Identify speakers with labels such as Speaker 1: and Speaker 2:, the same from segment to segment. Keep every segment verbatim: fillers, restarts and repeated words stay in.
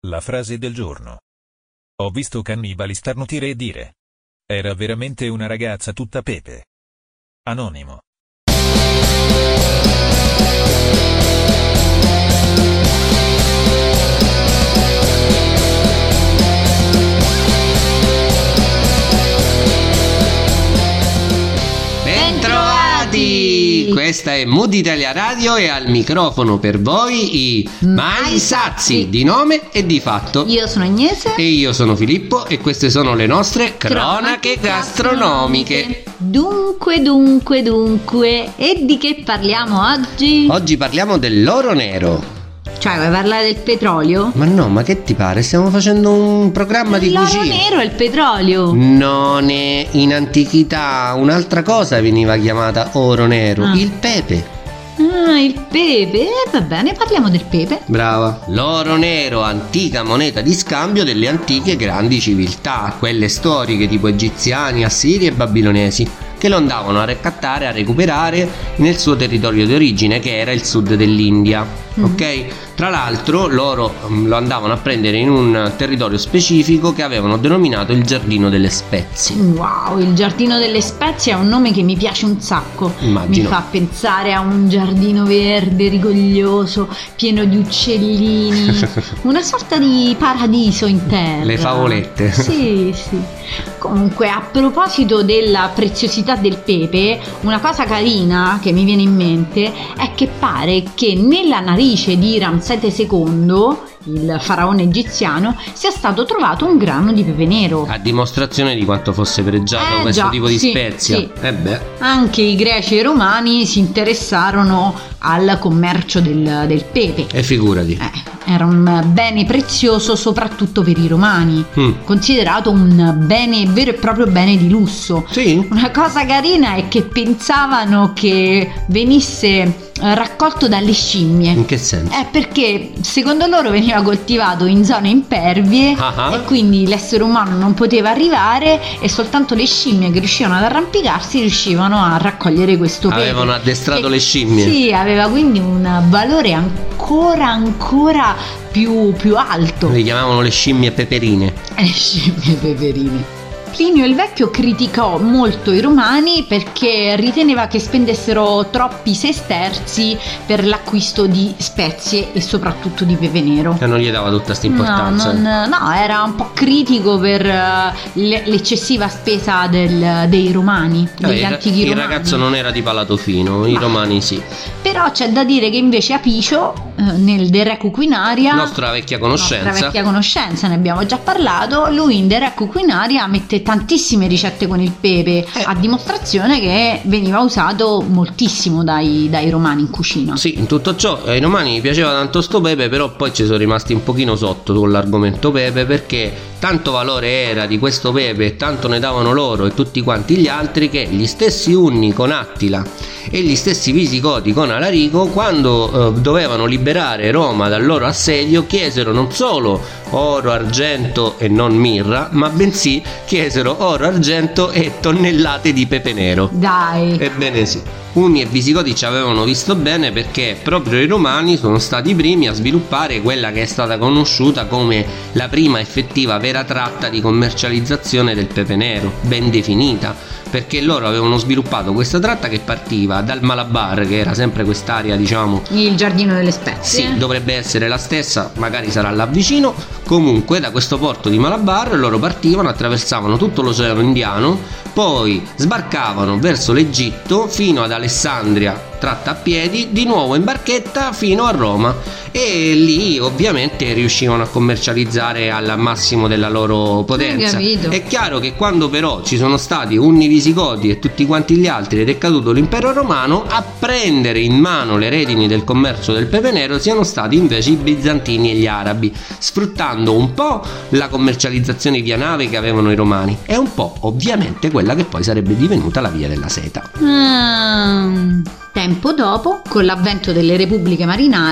Speaker 1: La frase del giorno. Ho visto cannibali starnutire e dire: era veramente una ragazza tutta pepe. Anonimo.
Speaker 2: Bentrovati! Questa è Mood Italia Radio e al microfono per voi i Mai Sazi di nome e di fatto.
Speaker 3: Io sono Agnese
Speaker 2: e io sono Filippo e queste sono le nostre cronache gastronomiche.
Speaker 3: Dunque, dunque, dunque, e di che parliamo oggi?
Speaker 2: Oggi parliamo dell'oro nero.
Speaker 3: Cioè, vuoi parlare del petrolio?
Speaker 2: Ma no, ma che ti pare? Stiamo facendo un programma di
Speaker 3: L'oro
Speaker 2: cucina.
Speaker 3: nero è il petrolio.
Speaker 2: Non è in antichità un'altra cosa veniva chiamata oro nero,
Speaker 3: Ah.
Speaker 2: il pepe.
Speaker 3: Ah, il pepe, eh, va bene, parliamo del pepe.
Speaker 2: Brava. L'oro nero, antica moneta di scambio delle antiche grandi civiltà, quelle storiche tipo egiziani, assiri e babilonesi, che lo andavano a raccattare, a recuperare nel suo territorio di origine, che era il sud dell'India.
Speaker 3: Mm.
Speaker 2: Ok? Tra l'altro loro um, lo andavano a prendere in un territorio specifico che avevano denominato il giardino delle spezie.
Speaker 3: Wow, il giardino delle spezie è un nome che mi piace un sacco.
Speaker 2: Immagino.
Speaker 3: Mi fa pensare a un giardino verde, rigoglioso, pieno di uccellini, una sorta di paradiso in terra.
Speaker 2: Le favolette.
Speaker 3: Sì, sì. Comunque, a proposito della preziosità del pepe, una cosa carina che mi viene in mente è che pare che nella narice di Ramsete secondo, il faraone egiziano, sia stato trovato un grano di pepe nero.
Speaker 2: A dimostrazione di quanto fosse pregiato
Speaker 3: Eh,
Speaker 2: questo
Speaker 3: già,
Speaker 2: tipo di
Speaker 3: sì,
Speaker 2: spezia.
Speaker 3: sì.
Speaker 2: Eh beh.
Speaker 3: Anche i greci e i romani si interessarono al commercio del, del pepe.
Speaker 2: E figurati.
Speaker 3: Eh, era un bene prezioso soprattutto per i romani,
Speaker 2: Mm.
Speaker 3: considerato un bene, vero e proprio bene di lusso.
Speaker 2: Sì.
Speaker 3: Una cosa carina è che pensavano che venisse eh, raccolto dalle scimmie.
Speaker 2: In che senso?
Speaker 3: Eh, perché secondo loro veniva coltivato in zone impervie
Speaker 2: Ah.
Speaker 3: e quindi l'essere umano non poteva arrivare e soltanto le scimmie che riuscivano ad arrampicarsi riuscivano a raccogliere questo pepe.
Speaker 2: Avevano addestrato
Speaker 3: Che-
Speaker 2: le scimmie.
Speaker 3: Sì, aveva quindi un valore ancora ancora più, più alto.
Speaker 2: Le chiamavano le scimmie peperine.
Speaker 3: Le scimmie peperine. Plinio il Vecchio criticò molto i romani perché riteneva che spendessero troppi sesterzi per l'acquisto di spezie e soprattutto di pepe nero.
Speaker 2: E non gli dava tutta questa importanza.
Speaker 3: No, non- no, era un po' critico per eh, le- l'eccessiva spesa del- dei romani,
Speaker 2: Eh,
Speaker 3: degli
Speaker 2: il,
Speaker 3: antichi
Speaker 2: il
Speaker 3: romani.
Speaker 2: ragazzo non era di palato fino, i
Speaker 3: Ma-
Speaker 2: romani sì.
Speaker 3: Però c'è da dire che invece Apicio, eh, nel De Re Cuquinaria,
Speaker 2: Nostra vecchia conoscenza.
Speaker 3: nostra vecchia conoscenza, ne abbiamo già parlato, lui in De Re Cuquinaria mette tantissime ricette con il pepe,
Speaker 2: Eh.
Speaker 3: a dimostrazione che veniva usato moltissimo dai, dai romani in cucina.
Speaker 2: Sì, in tutto ciò ai romani piaceva tanto sto pepe, però poi ci sono rimasti un pochino sotto con l'argomento pepe, perché tanto valore era di questo pepe e tanto ne davano loro e tutti quanti gli altri, che gli stessi Unni con Attila e gli stessi Visigoti con Alarico, quando eh, dovevano liberare Roma dal loro assedio, chiesero non solo oro, argento e non mirra, ma bensì chiesero oro, argento e tonnellate di pepe nero.
Speaker 3: Dai.
Speaker 2: Ebbene sì, Unni e Visigoti ci avevano visto bene, perché proprio i romani sono stati i primi a sviluppare quella che è stata conosciuta come la prima effettiva vera tratta di commercializzazione del pepe nero, ben definita, perché loro avevano sviluppato questa tratta che partiva dal Malabar, che era sempre quest'area, diciamo,
Speaker 3: Il giardino delle spezie.
Speaker 2: sì, dovrebbe essere la stessa, magari sarà là vicino. Comunque da questo porto di Malabar loro partivano, attraversavano tutto l'Oceano Indiano, poi sbarcavano verso l'Egitto fino ad Alessandria, tratta a piedi, di nuovo in barchetta fino a Roma, e lì ovviamente riuscivano a commercializzare al massimo della loro potenza.
Speaker 3: Hai capito.
Speaker 2: È chiaro che quando però ci sono stati Unni, Visigoti e tutti quanti gli altri ed è caduto l'impero romano, a prendere in mano le redini del commercio del pepe nero siano stati invece i bizantini e gli arabi, sfruttando un po' la commercializzazione via nave che avevano i romani e un po' ovviamente quella che poi sarebbe divenuta la via della seta.
Speaker 3: Ah, tempo dopo, con l'avvento delle repubbliche marinare,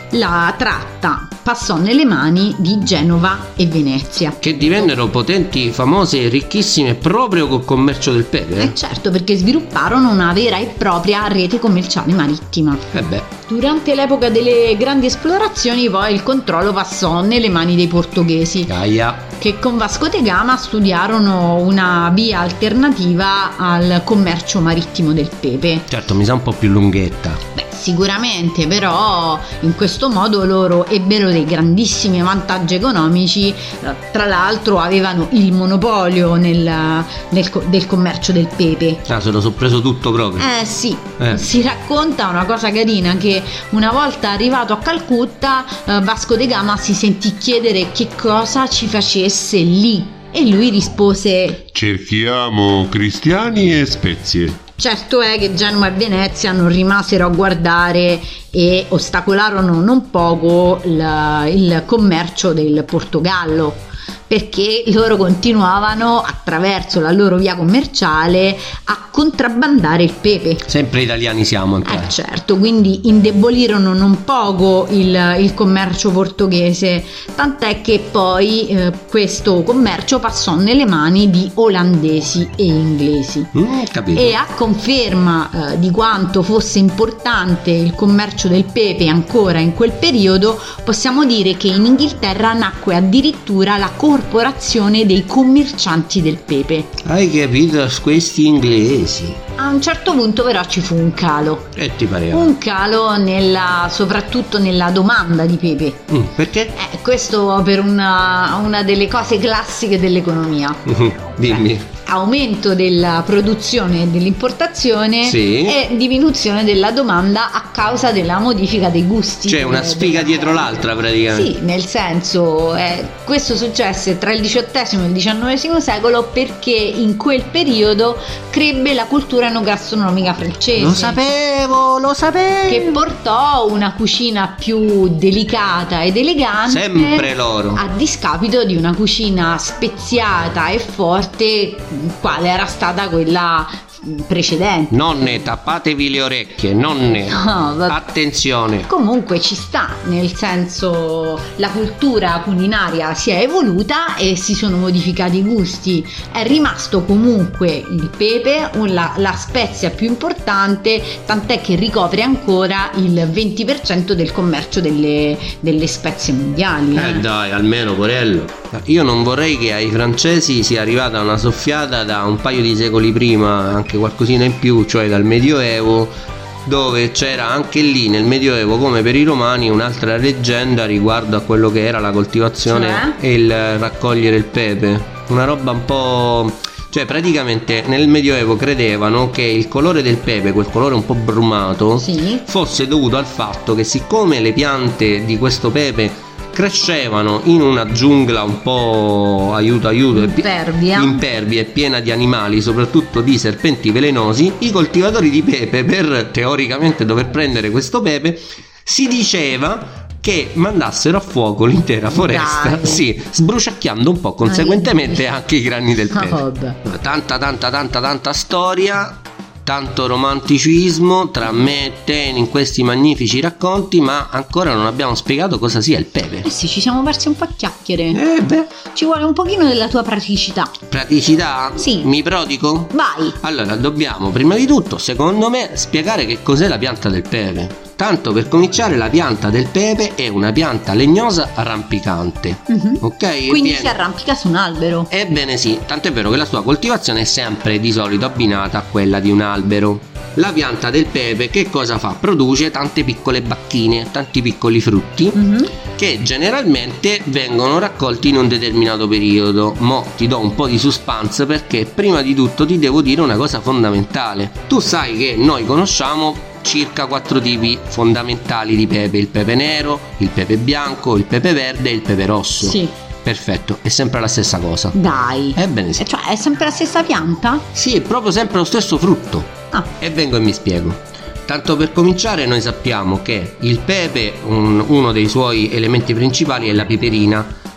Speaker 3: la tratta passò nelle mani di Genova e Venezia,
Speaker 2: che divennero potenti, famose e ricchissime proprio col commercio del pepe.
Speaker 3: Eh certo, perché svilupparono una vera e propria rete commerciale marittima.
Speaker 2: Eh beh.
Speaker 3: Durante l'epoca delle grandi esplorazioni poi il controllo passò nelle mani dei portoghesi,
Speaker 2: Gaia.
Speaker 3: che con Vasco da Gama studiarono una via alternativa al commercio marittimo del pepe.
Speaker 2: Certo, mi sa un po' più lunghetta.
Speaker 3: Beh, sicuramente, però in questo modo loro ebbero dei grandissimi vantaggi economici. Tra l'altro avevano il monopolio nel, nel, del commercio del pepe.
Speaker 2: Ah, se lo so preso tutto proprio.
Speaker 3: Eh sì,
Speaker 2: Eh.
Speaker 3: si racconta una cosa carina, che una volta arrivato a Calcutta eh, Vasco da Gama si sentì chiedere che cosa ci facesse lì e lui rispose:
Speaker 4: cerchiamo cristiani e spezie.
Speaker 3: certo è che Genova e Venezia non rimasero a guardare e ostacolarono non poco il, il commercio del Portogallo, perché loro continuavano attraverso la loro via commerciale a contrabbandare il pepe.
Speaker 2: Sempre italiani siamo, in
Speaker 3: Eh
Speaker 2: pratica.
Speaker 3: certo, quindi indebolirono non poco il, il commercio portoghese, tant'è che poi eh, questo commercio passò nelle mani di olandesi e inglesi.
Speaker 2: Mm, capito.
Speaker 3: E a conferma eh, di quanto fosse importante il commercio del pepe ancora in quel periodo, possiamo dire che in Inghilterra nacque addirittura la corporazione dei commercianti del pepe.
Speaker 2: Hai capito, questi inglesi.
Speaker 3: A un certo punto però ci fu un calo.
Speaker 2: E ti pareva?
Speaker 3: Un calo nella, soprattutto nella domanda di pepe.
Speaker 2: Mm, perché?
Speaker 3: Eh, questo per una, una delle cose classiche dell'economia.
Speaker 2: Dimmi.
Speaker 3: Aumento della produzione e dell'importazione,
Speaker 2: Sì.
Speaker 3: e diminuzione della domanda a causa della modifica dei gusti.
Speaker 2: C'è una
Speaker 3: Eh,
Speaker 2: sfiga
Speaker 3: della-
Speaker 2: dietro l'altra praticamente.
Speaker 3: Sì, nel senso, eh, questo successe tra il diciottesimo e il diciannovesimo secolo perché in quel periodo crebbe la cultura enogastronomica francese.
Speaker 2: Lo sapevo, lo sapevo.
Speaker 3: Che portò una cucina più delicata ed elegante,
Speaker 2: Sempre loro.
Speaker 3: a discapito di una cucina speziata e forte, quale era stata quella precedente.
Speaker 2: Nonne, tappatevi le orecchie, nonne.
Speaker 3: No, va-
Speaker 2: Attenzione.
Speaker 3: Comunque ci sta, nel senso, la cultura culinaria si è evoluta e si sono modificati i gusti. È rimasto comunque il pepe un- la, la spezia più importante, tant'è che ricopre ancora il venti per cento del commercio delle, delle spezie mondiali.
Speaker 2: Eh dai, almeno Porello. Io non vorrei che ai francesi sia arrivata una soffiata da un paio di secoli prima, anche qualcosina in più, cioè dal Medioevo, dove c'era anche lì nel Medioevo, come per i romani, un'altra leggenda riguardo a quello che era la coltivazione
Speaker 3: Cioè?
Speaker 2: e il raccogliere il pepe. Una roba un po'... Cioè praticamente nel Medioevo credevano che il colore del pepe, quel colore un po' brumato,
Speaker 3: Sì.
Speaker 2: fosse dovuto al fatto che siccome le piante di questo pepe crescevano in una giungla un po' aiuto aiuto e pi-
Speaker 3: Impervia.
Speaker 2: impervia e piena di animali, soprattutto di serpenti velenosi, i coltivatori di pepe, per teoricamente dover prendere questo pepe, si diceva che mandassero a fuoco l'intera foresta,
Speaker 3: Dai.
Speaker 2: sì, sbruciacchiando un po' conseguentemente
Speaker 3: Dai.
Speaker 2: anche i grani del
Speaker 3: Ah,
Speaker 2: pepe.
Speaker 3: vabbè.
Speaker 2: Tanta tanta tanta tanta storia, tanto romanticismo tra me e te in questi magnifici racconti, ma ancora non abbiamo spiegato cosa sia il pepe.
Speaker 3: Eh sì, ci siamo persi un po' a chiacchiere.
Speaker 2: Eh beh,
Speaker 3: Ci vuole un pochino della tua praticità.
Speaker 2: praticità?
Speaker 3: Sì.
Speaker 2: Mi prodigo?
Speaker 3: Vai.
Speaker 2: Allora, dobbiamo prima di tutto, secondo me, spiegare che cos'è la pianta del pepe. Tanto per cominciare, la pianta del pepe è una pianta legnosa rampicante.
Speaker 3: Mhm.
Speaker 2: Ok? E
Speaker 3: Quindi
Speaker 2: viene-
Speaker 3: si arrampica su un albero.
Speaker 2: Ebbene sì, tant'è vero che la sua coltivazione è sempre di solito abbinata a quella di un albero. La pianta del pepe che cosa fa? Produce tante piccole bacchine, tanti piccoli frutti
Speaker 3: Mhm.
Speaker 2: che generalmente vengono raccolti in un determinato periodo. Mo ti do un po' di suspense perché prima di tutto ti devo dire una cosa fondamentale. Tu sai che noi conosciamo circa quattro tipi fondamentali di pepe: il pepe nero, il pepe bianco, il pepe verde e il pepe rosso.
Speaker 3: Sì.
Speaker 2: Perfetto, è sempre la stessa cosa.
Speaker 3: Dai.
Speaker 2: Ebbene sì.
Speaker 3: E cioè è sempre la stessa pianta?
Speaker 2: Sì, è proprio sempre lo stesso frutto.
Speaker 3: Ah.
Speaker 2: E vengo e mi spiego. Tanto per cominciare, noi sappiamo che il pepe, un- uno dei suoi elementi principali è la peperina, che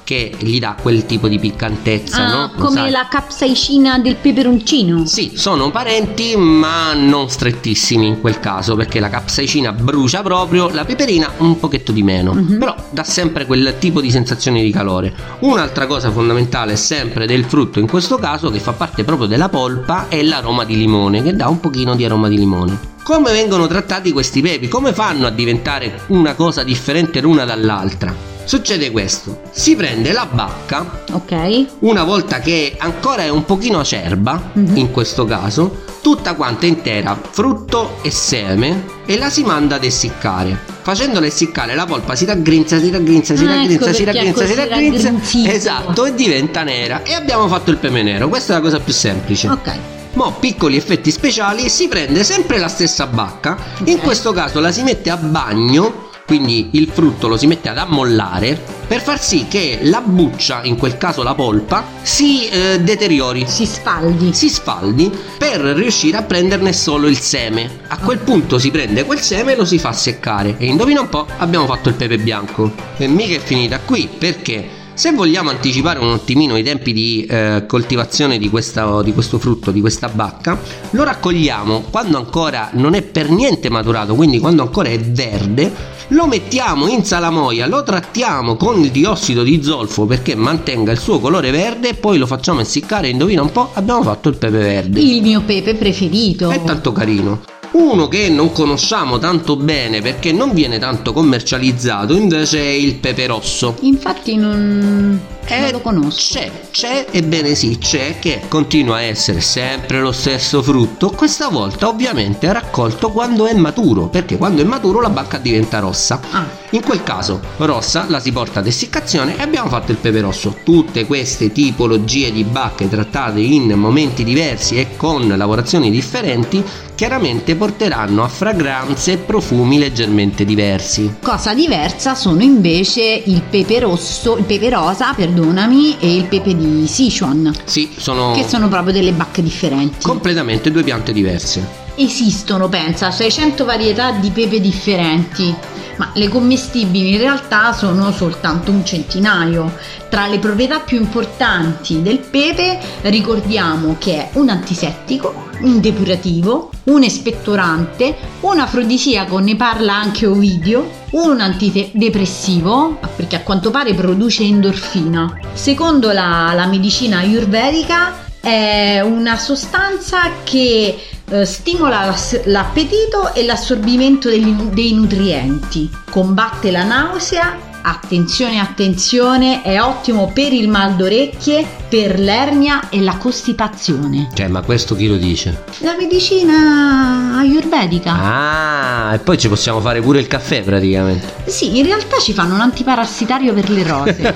Speaker 2: che gli dà quel tipo di piccantezza,
Speaker 3: ah,
Speaker 2: no?
Speaker 3: Come
Speaker 2: Sai?
Speaker 3: la capsaicina del peperoncino.
Speaker 2: Sì, sono parenti ma non strettissimi in quel caso, perché la capsaicina brucia proprio, la peperina un pochetto di meno,
Speaker 3: Mhm.
Speaker 2: però dà sempre quel tipo di sensazione di calore. Un'altra cosa fondamentale sempre del frutto in questo caso, che fa parte proprio della polpa, è l'aroma di limone, che dà un pochino di aroma di limone. Come vengono trattati questi pepi? Come fanno a diventare una cosa differente l'una dall'altra? Succede questo: si prende la bacca,
Speaker 3: Ok.
Speaker 2: una volta che ancora è un pochino acerba,
Speaker 3: Mhm.
Speaker 2: in questo caso, tutta quanta intera, frutto e seme, e la si manda ad essiccare. Facendola essiccare la polpa si raggrinza, si raggrinza, si
Speaker 3: Ah,
Speaker 2: raggrinza,
Speaker 3: ecco
Speaker 2: si
Speaker 3: perché è
Speaker 2: raggrinza, si
Speaker 3: così
Speaker 2: raggrinza.
Speaker 3: raggrinzito.
Speaker 2: Esatto, e diventa nera. E abbiamo fatto il pepe nero. Questa è la cosa più semplice.
Speaker 3: Ok.
Speaker 2: Mo' piccoli effetti speciali: si prende sempre la stessa bacca, in
Speaker 3: Ok.
Speaker 2: questo caso la si mette a bagno, quindi il frutto lo si mette ad ammollare per far sì che la buccia, in quel caso la polpa, si eh, deteriori,
Speaker 3: Si sfaldi.
Speaker 2: si sfaldi, per riuscire a prenderne solo il seme. A quel punto si prende quel seme e lo si fa seccare, e indovina un po', abbiamo fatto il pepe bianco. E mica è finita qui, perché se vogliamo anticipare un attimino i tempi di eh, coltivazione di, questa, di questo frutto, di questa bacca, lo raccogliamo quando ancora non è per niente maturato, quindi quando ancora è verde, lo mettiamo in salamoia, lo trattiamo con il diossido di zolfo perché mantenga il suo colore verde, e poi lo facciamo essiccare, e indovina un po', abbiamo fatto il pepe verde.
Speaker 3: Il mio pepe preferito.
Speaker 2: È tanto carino. Uno che non conosciamo tanto bene perché non viene tanto commercializzato invece è il pepe rosso.
Speaker 3: Infatti non, non
Speaker 2: Eh,
Speaker 3: lo conosco.
Speaker 2: C'è, c'è, ebbene sì, c'è, che continua a essere sempre lo stesso frutto, questa volta ovviamente raccolto quando è maturo, perché quando è maturo la bacca diventa rossa.
Speaker 3: Ah.
Speaker 2: In quel caso rossa la si porta ad essiccazione e abbiamo fatto il pepe rosso. Tutte queste tipologie di bacche trattate in momenti diversi e con lavorazioni differenti chiaramente porteranno a fragranze e profumi leggermente diversi.
Speaker 3: Cosa diversa sono invece il pepe rosso, il pepe rosa, perdonami, e il pepe di Sichuan,
Speaker 2: Sì, sono
Speaker 3: che sono proprio delle bacche differenti.
Speaker 2: completamente due piante diverse.
Speaker 3: Esistono, pensa, seicento varietà di pepe differenti, ma le commestibili in realtà sono soltanto un centinaio. Tra le proprietà più importanti del pepe ricordiamo che è un antisettico, un depurativo, un espettorante, un afrodisiaco, ne parla anche Ovidio, un antidepressivo, perché a quanto pare produce endorfina. Secondo la, la medicina ayurvedica è una sostanza che eh, stimola l'ass- l'appetito e l'assorbimento degli- dei nutrienti, combatte la nausea. Attenzione, attenzione, è ottimo per il mal d'orecchie, per l'ernia e la costipazione.
Speaker 2: Cioè, ma questo chi lo dice?
Speaker 3: La medicina ayurvedica.
Speaker 2: Ah, e poi ci possiamo fare pure il caffè praticamente.
Speaker 3: Sì, in realtà ci fanno un antiparassitario per le rose.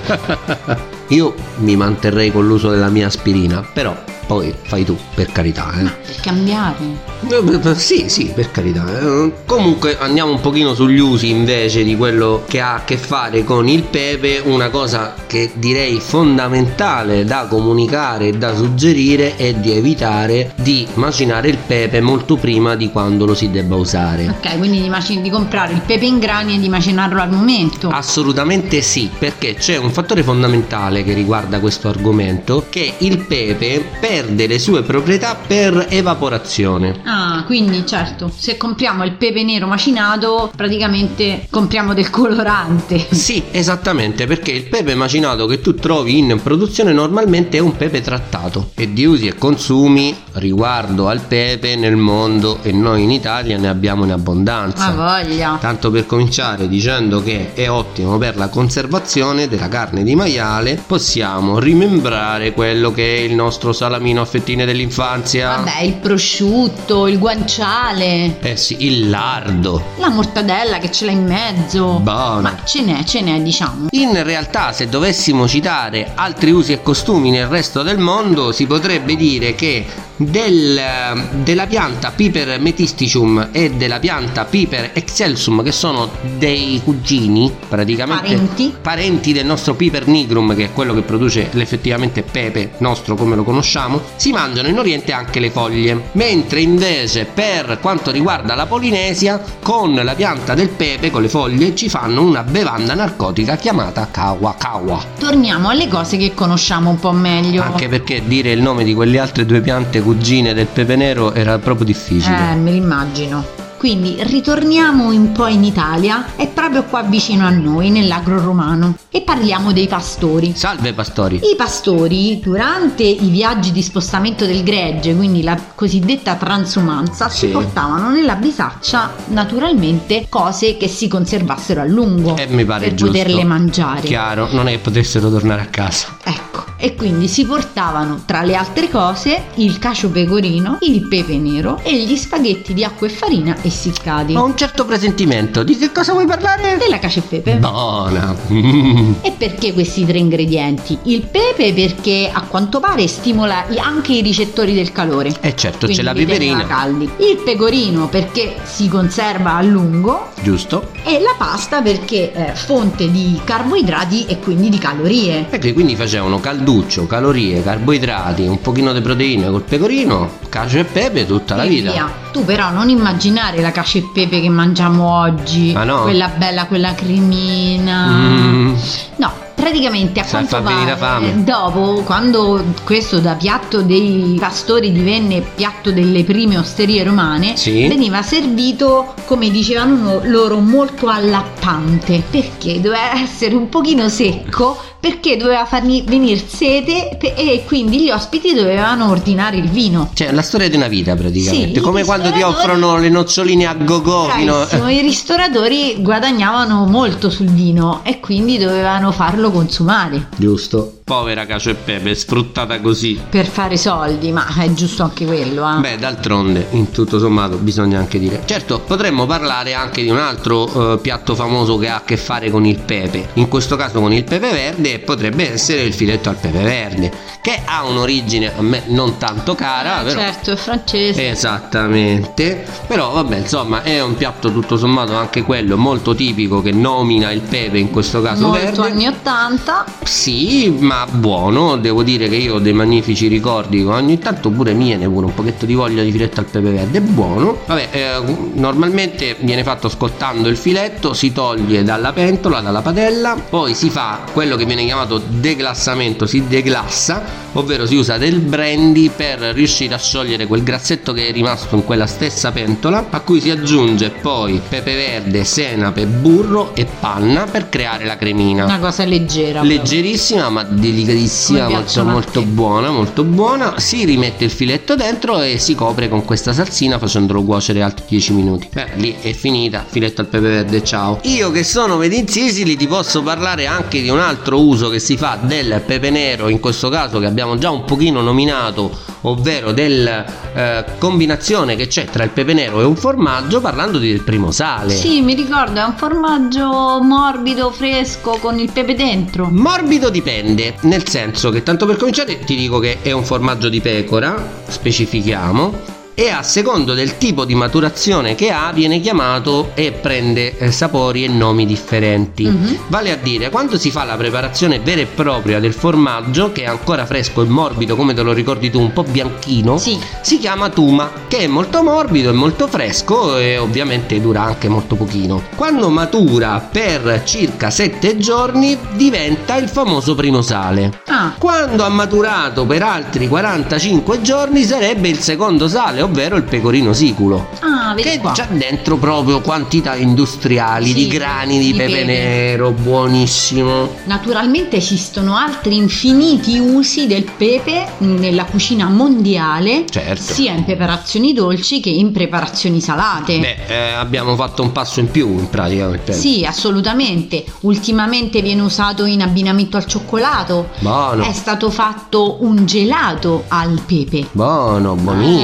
Speaker 2: Io mi manterrei con l'uso della mia aspirina, però poi fai tu, per carità, eh.
Speaker 3: Per cambiare.
Speaker 2: Sì, sì, per carità. eh. Comunque andiamo un pochino sugli usi invece di quello che ha a che fare con il pepe. Una cosa che direi fondamentale da comunicare e da suggerire è di evitare di macinare il pepe molto prima di quando lo si debba usare.
Speaker 3: Ok, quindi di, maci- di comprare il pepe in grani e di macinarlo al momento.
Speaker 2: Assolutamente sì, perché c'è un fattore fondamentale che riguarda questo argomento, che il pepe perde le sue proprietà per evaporazione.
Speaker 3: Ah, quindi certo, se compriamo il pepe nero macinato, praticamente compriamo del colorante.
Speaker 2: Sì, esattamente, perché il pepe macinato che tu trovi in produzione normalmente è un pepe trattato, e di usi e consumi riguardo al pepe nel mondo, e noi in Italia ne abbiamo in abbondanza.
Speaker 3: Ma voglia.
Speaker 2: Tanto per cominciare dicendo che è ottimo per la conservazione della carne di maiale, possiamo rimembrare quello che è il nostro salamino a fettine dell'infanzia.
Speaker 3: Vabbè, il prosciutto, il guanciale,
Speaker 2: Eh sì, il lardo.
Speaker 3: la mortadella che ce l'ha in mezzo.
Speaker 2: Buono.
Speaker 3: Ma ce n'è, ce n'è, diciamo.
Speaker 2: In realtà, se dovessimo citare altri usi e costumi nel resto del mondo, si potrebbe dire che del, della pianta Piper metisticum e della pianta Piper excelsum, che sono dei cugini praticamente
Speaker 3: Parenti.
Speaker 2: parenti del nostro Piper nigrum, che è quello che produce l'effettivamente pepe nostro come lo conosciamo. Si mangiano in Oriente anche le foglie, mentre invece per quanto riguarda la Polinesia, con la pianta del pepe, con le foglie, ci fanno una bevanda narcotica chiamata kawa kawa.
Speaker 3: Torniamo alle cose che conosciamo un po' meglio.
Speaker 2: Anche perché dire il nome di quelle altre due piante cugine del pepe nero era proprio difficile.
Speaker 3: Eh, me l'immagino. Quindi ritorniamo un po' in Italia, è proprio qua vicino a noi, nell'agro romano, e parliamo dei pastori.
Speaker 2: Salve pastori.
Speaker 3: I pastori, durante i viaggi di spostamento del gregge, quindi la cosiddetta transumanza,
Speaker 2: Sì.
Speaker 3: si portavano nella bisaccia naturalmente cose che si conservassero a lungo
Speaker 2: E mi pare
Speaker 3: per
Speaker 2: giusto.
Speaker 3: poterle mangiare.
Speaker 2: Chiaro, non è che potessero tornare a casa.
Speaker 3: Ecco, e quindi si portavano tra le altre cose il cacio pecorino, il pepe nero e gli spaghetti di acqua e farina essiccati.
Speaker 2: Ho un certo presentimento. Di che cosa vuoi parlare?
Speaker 3: Della cacio e pepe.
Speaker 2: Buona. Mm.
Speaker 3: E perché questi tre ingredienti? Il pepe perché a quanto pare stimola i- anche i ricettori del calore.
Speaker 2: E certo,
Speaker 3: Quindi
Speaker 2: c'è la
Speaker 3: li teneva
Speaker 2: peperina.
Speaker 3: caldi. Il pecorino perché si conserva a lungo.
Speaker 2: Giusto?
Speaker 3: E la pasta perché è fonte di carboidrati e quindi di calorie.
Speaker 2: E che quindi facevano calduccio, calorie, carboidrati, un pochino di proteine col pecorino, cacio e pepe tutta la
Speaker 3: E
Speaker 2: vita.
Speaker 3: via. Tu però non immaginare la cacio e pepe che mangiamo oggi,
Speaker 2: Ma no.
Speaker 3: quella bella, quella cremina.
Speaker 2: Mm.
Speaker 3: No, praticamente a
Speaker 2: Sai,
Speaker 3: quanto
Speaker 2: fa venire
Speaker 3: pare
Speaker 2: fame.
Speaker 3: dopo, quando questo da piatto dei pastori divenne piatto delle prime osterie romane,
Speaker 2: Sì.
Speaker 3: veniva servito, come dicevano loro, molto allattante, perché doveva essere un pochino secco, perché doveva fargli venire sete pe- e quindi gli ospiti dovevano ordinare il vino.
Speaker 2: Cioè, la storia di una vita praticamente.
Speaker 3: Sì,
Speaker 2: Come
Speaker 3: i
Speaker 2: quando ti
Speaker 3: ristoratori-
Speaker 2: offrono le noccioline a go-go. fino-
Speaker 3: Bravissimo, i ristoratori guadagnavano molto sul vino e quindi dovevano farlo consumare
Speaker 2: Giusto. Povera cacio e pepe, sfruttata così.
Speaker 3: per fare soldi, ma è giusto anche quello, eh.
Speaker 2: Beh, d'altronde, in tutto sommato, bisogna anche dire. Certo, potremmo parlare anche di un altro eh, piatto famoso che ha a che fare con il pepe. In questo caso con il pepe verde, e potrebbe essere il filetto al pepe verde, che ha un'origine a me non tanto cara, però...
Speaker 3: Certo, è francese.
Speaker 2: Esattamente, però vabbè, insomma, è un piatto tutto sommato anche quello molto tipico, che nomina il pepe in questo caso
Speaker 3: Molto
Speaker 2: verde.
Speaker 3: anni ottanta.
Speaker 2: Sì, ma buono, devo dire che io ho dei magnifici ricordi, ogni tanto pure mi viene pure un pochetto di voglia di filetto al pepe verde, è buono. Vabbè, eh, normalmente viene fatto scottando il filetto, si toglie dalla pentola, dalla padella, poi si fa quello che viene chiamato deglassamento, si deglassa, ovvero si usa del brandy per riuscire a sciogliere quel grassetto che è rimasto in quella stessa pentola, a cui si aggiunge poi pepe verde, senape, burro e panna per creare la cremina.
Speaker 3: Una cosa leggera. proprio.
Speaker 2: Leggerissima ma delicatissima,
Speaker 3: Come
Speaker 2: molto
Speaker 3: piacciono a
Speaker 2: molto
Speaker 3: te.
Speaker 2: buona, molto buona. Si rimette il filetto dentro e si copre con questa salsina facendolo cuocere altri dieci minuti. Beh, lì è finita, filetto al pepe verde, ciao. Io che sono made in Sicily ti posso parlare anche di un altro uso che si fa del pepe nero, in questo caso che abbiamo già un pochino nominato, ovvero del eh, combinazione che c'è tra il pepe nero e un formaggio, parlando del primo sale.
Speaker 3: Sì, mi ricordo, è un formaggio morbido, fresco, con il pepe dentro.
Speaker 2: Morbido dipende, nel senso che, tanto per cominciare, ti dico che è un formaggio di pecora, specifichiamo, e a secondo del tipo di maturazione che ha viene chiamato e prende eh, sapori e nomi differenti.
Speaker 3: Mhm.
Speaker 2: Vale a dire, quando si fa la preparazione vera e propria del formaggio, che è ancora fresco e morbido come te lo ricordi tu, un po' bianchino,
Speaker 3: Sì.
Speaker 2: si chiama tuma, che è molto morbido e molto fresco e ovviamente dura anche molto pochino. Quando matura per circa sette giorni diventa il famoso primo sale.
Speaker 3: Ah,
Speaker 2: Quando ha maturato per altri quarantacinque giorni sarebbe il secondo sale, ovvero il pecorino siculo,
Speaker 3: ah, vedi
Speaker 2: che
Speaker 3: qua.
Speaker 2: c'ha dentro proprio quantità industriali
Speaker 3: Sì,
Speaker 2: di grani di,
Speaker 3: di
Speaker 2: pepe,
Speaker 3: pepe.
Speaker 2: nero, buonissimo.
Speaker 3: Naturalmente esistono altri infiniti usi del pepe nella cucina mondiale,
Speaker 2: Certo.
Speaker 3: sia in preparazioni dolci che in preparazioni salate.
Speaker 2: Beh, eh, abbiamo fatto un passo in più in pratica col pepe.
Speaker 3: Sì, assolutamente. Ultimamente viene usato in abbinamento al cioccolato.
Speaker 2: Buono,
Speaker 3: È stato fatto un gelato al pepe.
Speaker 2: buono, buonissimo.
Speaker 3: Eh, sì.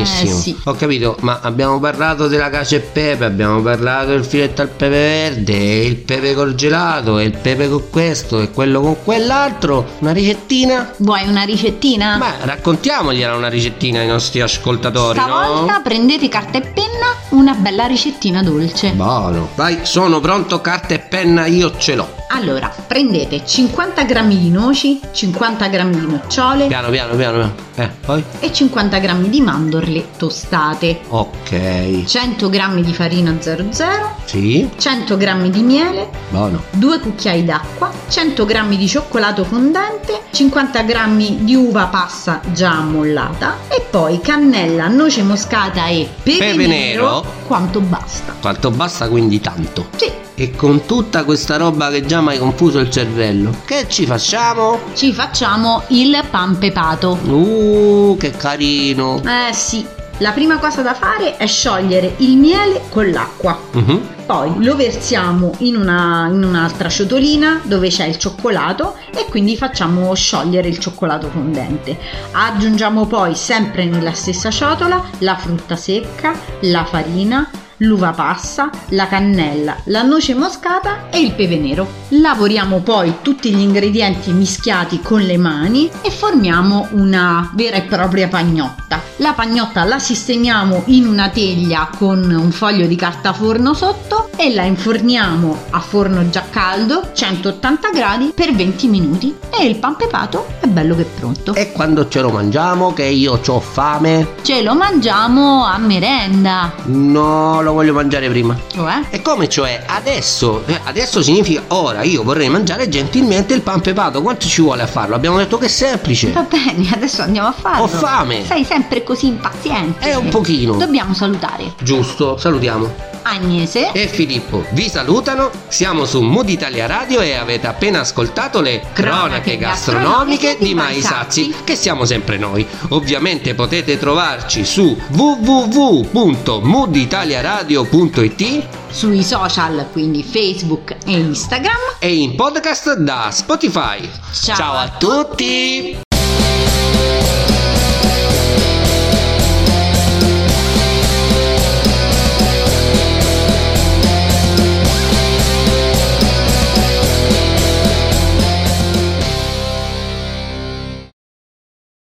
Speaker 3: sì.
Speaker 2: Ho capito, ma abbiamo parlato della cacio e pepe, abbiamo parlato del filetto al pepe verde, il pepe col gelato, e il pepe con questo e quello con quell'altro. Una ricettina?
Speaker 3: Vuoi una ricettina?
Speaker 2: Ma raccontiamogliela una ricettina ai nostri ascoltatori,
Speaker 3: Stavolta
Speaker 2: no?
Speaker 3: prendete carta e penna, una bella ricettina dolce.
Speaker 2: Buono. Vai, sono pronto, carta e penna, io ce l'ho.
Speaker 3: Allora, prendete cinquanta grammi di noci, cinquanta grammi di nocciole
Speaker 2: Piano, piano, piano, piano. Eh, poi?
Speaker 3: e cinquanta grammi di mandorle tostate,
Speaker 2: Ok.
Speaker 3: cento grammi di farina zero zero,
Speaker 2: Sì,
Speaker 3: cento grammi di miele,
Speaker 2: buono.
Speaker 3: due cucchiai d'acqua, cento grammi di cioccolato fondente, cinquanta grammi di uva passa già ammollata e poi cannella, noce moscata e pepe,
Speaker 2: Pepe nero.
Speaker 3: quanto basta.
Speaker 2: Quanto basta, quindi tanto.
Speaker 3: Sì,
Speaker 2: E con tutta questa roba che già mi hai confuso il cervello, che ci facciamo?
Speaker 3: ci facciamo il pan pepato.
Speaker 2: Uh, che carino.
Speaker 3: Eh sì, la prima cosa da fare è sciogliere il miele con l'acqua.
Speaker 2: Mhm.
Speaker 3: Poi lo versiamo in, una, in un'altra ciotolina dove c'è il cioccolato e quindi facciamo sciogliere il cioccolato fondente. Aggiungiamo poi sempre nella stessa ciotola la frutta secca, la farina, l'uva passa, la cannella, la noce moscata e il pepe nero. Lavoriamo poi tutti gli ingredienti mischiati con le mani e formiamo una vera e propria pagnotta. La pagnotta la sistemiamo in una teglia con un foglio di carta forno sotto e la inforniamo a forno già caldo, centottanta gradi, per venti minuti e il pan pepato è bello che è pronto.
Speaker 2: E quando ce lo mangiamo, che io ho fame?
Speaker 3: Ce lo mangiamo a merenda.
Speaker 2: No, lo voglio mangiare prima.
Speaker 3: Cioè?
Speaker 2: E come cioè? Adesso? Eh, Adesso significa ora. Io vorrei mangiare gentilmente il pan pepato. Quanto ci vuole a farlo? Abbiamo detto che è semplice.
Speaker 3: Va bene, adesso andiamo a farlo.
Speaker 2: Ho fame.
Speaker 3: Sei sempre così impaziente.
Speaker 2: È un pochino.
Speaker 3: Dobbiamo salutare.
Speaker 2: Giusto, salutiamo.
Speaker 3: Agnese
Speaker 2: E Filippo vi salutano. Siamo su Mood Italia Radio e avete appena ascoltato le cronache gastronomiche di Mai Sazi, che siamo sempre noi. Ovviamente potete trovarci su w w w punto mood italia radio punto i t,
Speaker 3: sui social, quindi Facebook e Instagram.
Speaker 2: e in podcast da Spotify.
Speaker 3: Ciao
Speaker 2: Ciao a
Speaker 3: a
Speaker 2: tutti.